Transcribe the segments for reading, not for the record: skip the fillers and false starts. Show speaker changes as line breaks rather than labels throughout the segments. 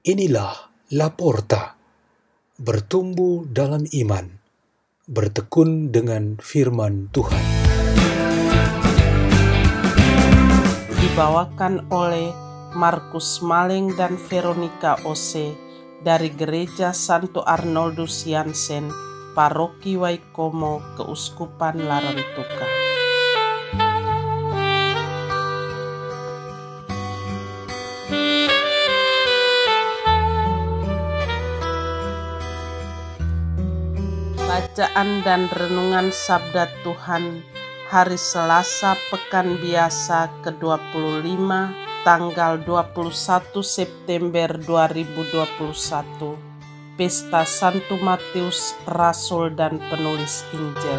Inilah Laporta, bertumbuh dalam iman, bertekun dengan firman Tuhan.
Dibawakan oleh Markus Maleng dan Veronica Ose dari Gereja Santo Arnoldus Jansen, Paroki Waikomo, Keuskupan Larantuka. Bacaan dan renungan Sabda Tuhan hari Selasa Pekan Biasa ke-25 tanggal 21 September 2021. Pesta Santo Matius, Rasul dan Penulis Injil.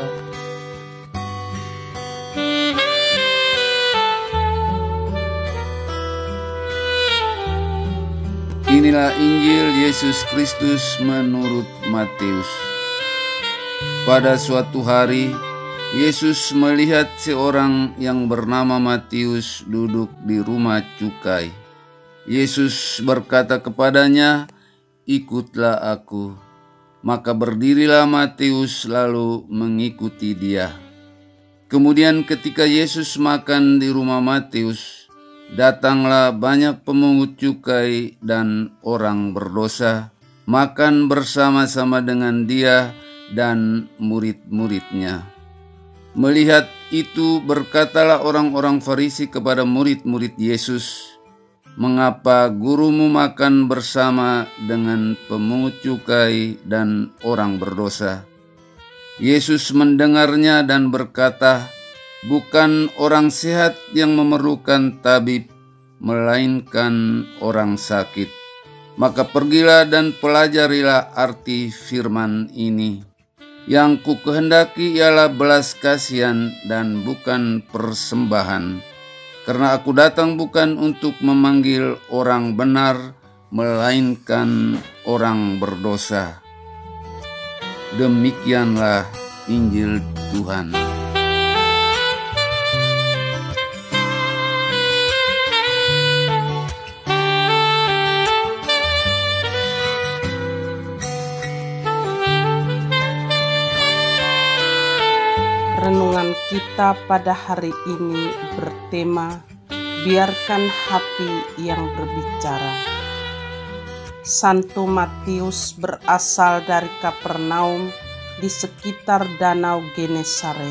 Inilah Injil Yesus Kristus menurut Matius. Pada suatu hari, Yesus melihat seorang yang bernama Matius duduk di rumah cukai. Yesus berkata kepadanya, "Ikutlah aku." Maka berdirilah Matius lalu mengikuti dia. Kemudian ketika Yesus makan di rumah Matius, datanglah banyak pemungut cukai dan orang berdosa, makan bersama-sama dengan dia dan murid-muridnya. Melihat itu, berkatalah orang-orang Farisi kepada murid-murid Yesus, "Mengapa gurumu makan bersama dengan pemungut cukai dan orang berdosa?" Yesus mendengarnya dan berkata, "Bukan orang sehat yang memerlukan tabib, melainkan orang sakit. Maka pergilah dan pelajarilah arti firman ini. Yang ku kehendaki ialah belas kasihan dan bukan persembahan. Karena aku datang bukan untuk memanggil orang benar, melainkan orang berdosa." Demikianlah Injil Tuhan.
Renungan kita pada hari ini bertema biarkan hati yang berbicara. Santo Matius berasal dari Kapernaum di sekitar Danau Genesaret.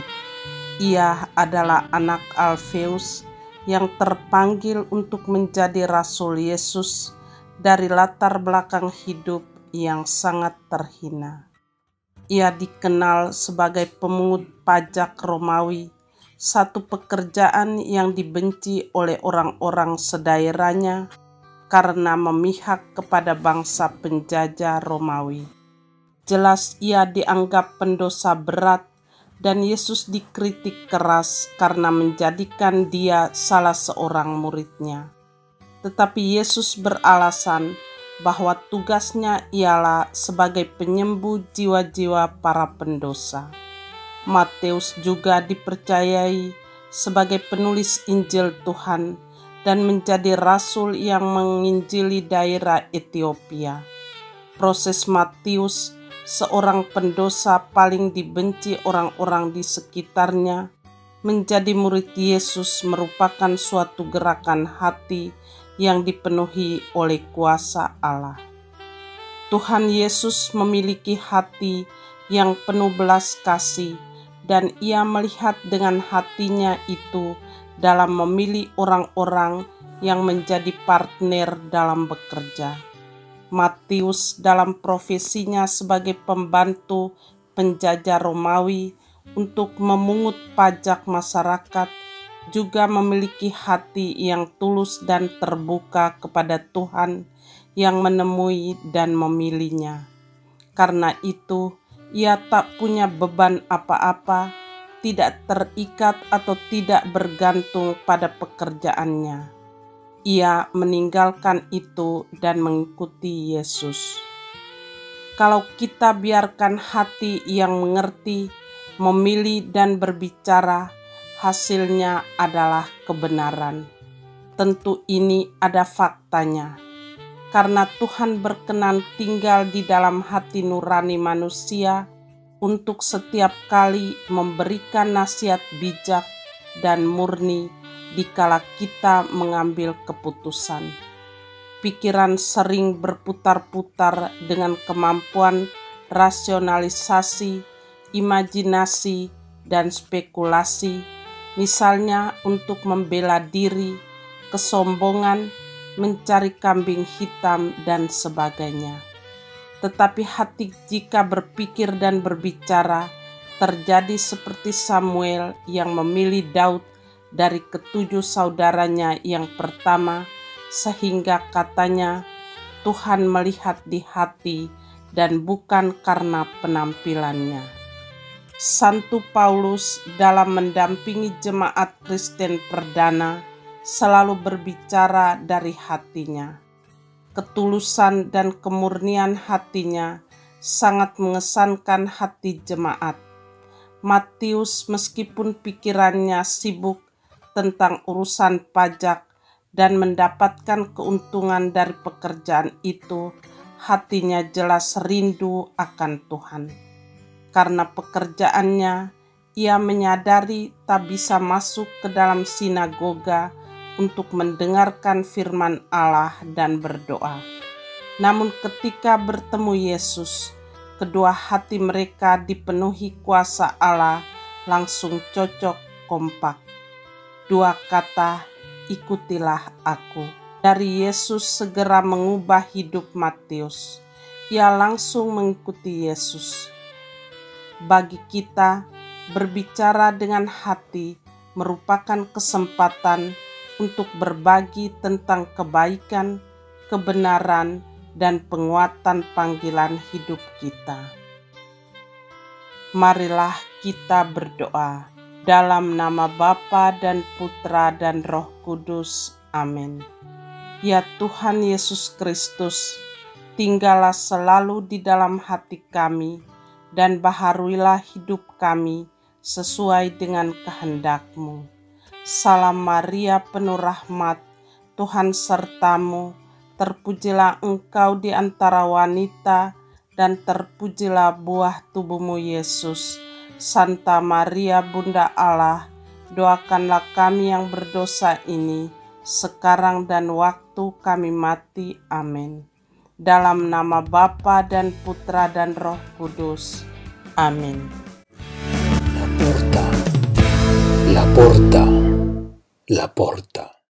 Ia adalah anak Alfeus yang terpanggil untuk menjadi Rasul Yesus dari latar belakang hidup yang sangat terhina. Ia dikenal sebagai pemungut pajak Romawi, satu pekerjaan yang dibenci oleh orang-orang sedaerahnya karena memihak kepada bangsa penjajah Romawi. Jelas ia dianggap pendosa berat dan Yesus dikritik keras karena menjadikan dia salah seorang muridnya. Tetapi Yesus beralasan bahwa tugasnya ialah sebagai penyembuh jiwa-jiwa para pendosa. Matius juga dipercayai sebagai penulis Injil Tuhan dan menjadi rasul yang menginjili daerah Ethiopia. Proses Matius, seorang pendosa paling dibenci orang-orang di sekitarnya, menjadi murid Yesus merupakan suatu gerakan hati yang dipenuhi oleh kuasa Allah. Tuhan Yesus memiliki hati yang penuh belas kasih dan ia melihat dengan hatinya itu dalam memilih orang-orang yang menjadi partner dalam bekerja. Matius dalam profesinya sebagai pembantu penjajah Romawi untuk memungut pajak masyarakat juga memiliki hati yang tulus dan terbuka kepada Tuhan yang menemui dan memilihnya. Karena itu, ia tak punya beban apa-apa, tidak terikat atau tidak bergantung pada pekerjaannya. Ia meninggalkan itu dan mengikuti Yesus. Kalau kita biarkan hati yang mengerti, memilih dan berbicara, hasilnya adalah kebenaran. Tentu ini ada faktanya. karena Tuhan berkenan tinggal di dalam hati nurani manusia untuk setiap kali memberikan nasihat bijak dan murni dikala kita mengambil keputusan. Pikiran sering berputar-putar dengan kemampuan rasionalisasi, imajinasi, dan spekulasi, misalnya untuk membela diri, kesombongan, mencari kambing hitam, dan sebagainya. Tetapi hati jika berpikir dan berbicara terjadi seperti Samuel yang memilih Daud dari ketujuh saudaranya yang pertama, sehingga katanya, Tuhan melihat di hati dan bukan karena penampilannya. Santo Paulus dalam mendampingi jemaat Kristen perdana selalu berbicara dari hatinya. Ketulusan dan kemurnian hatinya sangat mengesankan hati jemaat. Matius meskipun pikirannya sibuk tentang urusan pajak dan mendapatkan keuntungan dari pekerjaan itu, hatinya jelas rindu akan Tuhan. Karena pekerjaannya, ia menyadari tak bisa masuk ke dalam sinagoga untuk mendengarkan firman Allah dan berdoa. Namun ketika bertemu Yesus, kedua hati mereka dipenuhi kuasa Allah langsung cocok kompak. Dua kata, ikutilah aku. Dari Yesus segera mengubah hidup Matius. Ia langsung mengikuti Yesus. Bagi kita, berbicara dengan hati merupakan kesempatan untuk berbagi tentang kebaikan, kebenaran, dan penguatan panggilan hidup kita. Marilah kita berdoa. Dalam nama Bapa dan Putra dan Roh Kudus. Amin. Ya Tuhan Yesus Kristus, tinggallah selalu di dalam hati kami, dan baharuilah hidup kami sesuai dengan kehendak-Mu. Salam Maria penuh rahmat, Tuhan sertamu, terpujilah engkau di antara wanita, dan terpujilah buah tubuhmu Yesus. Santa Maria Bunda Allah, doakanlah kami yang berdosa ini, sekarang dan waktu kami mati. Amin. Dalam nama Bapa dan Putra dan Roh Kudus. Amin.
La porta, la porta, la porta.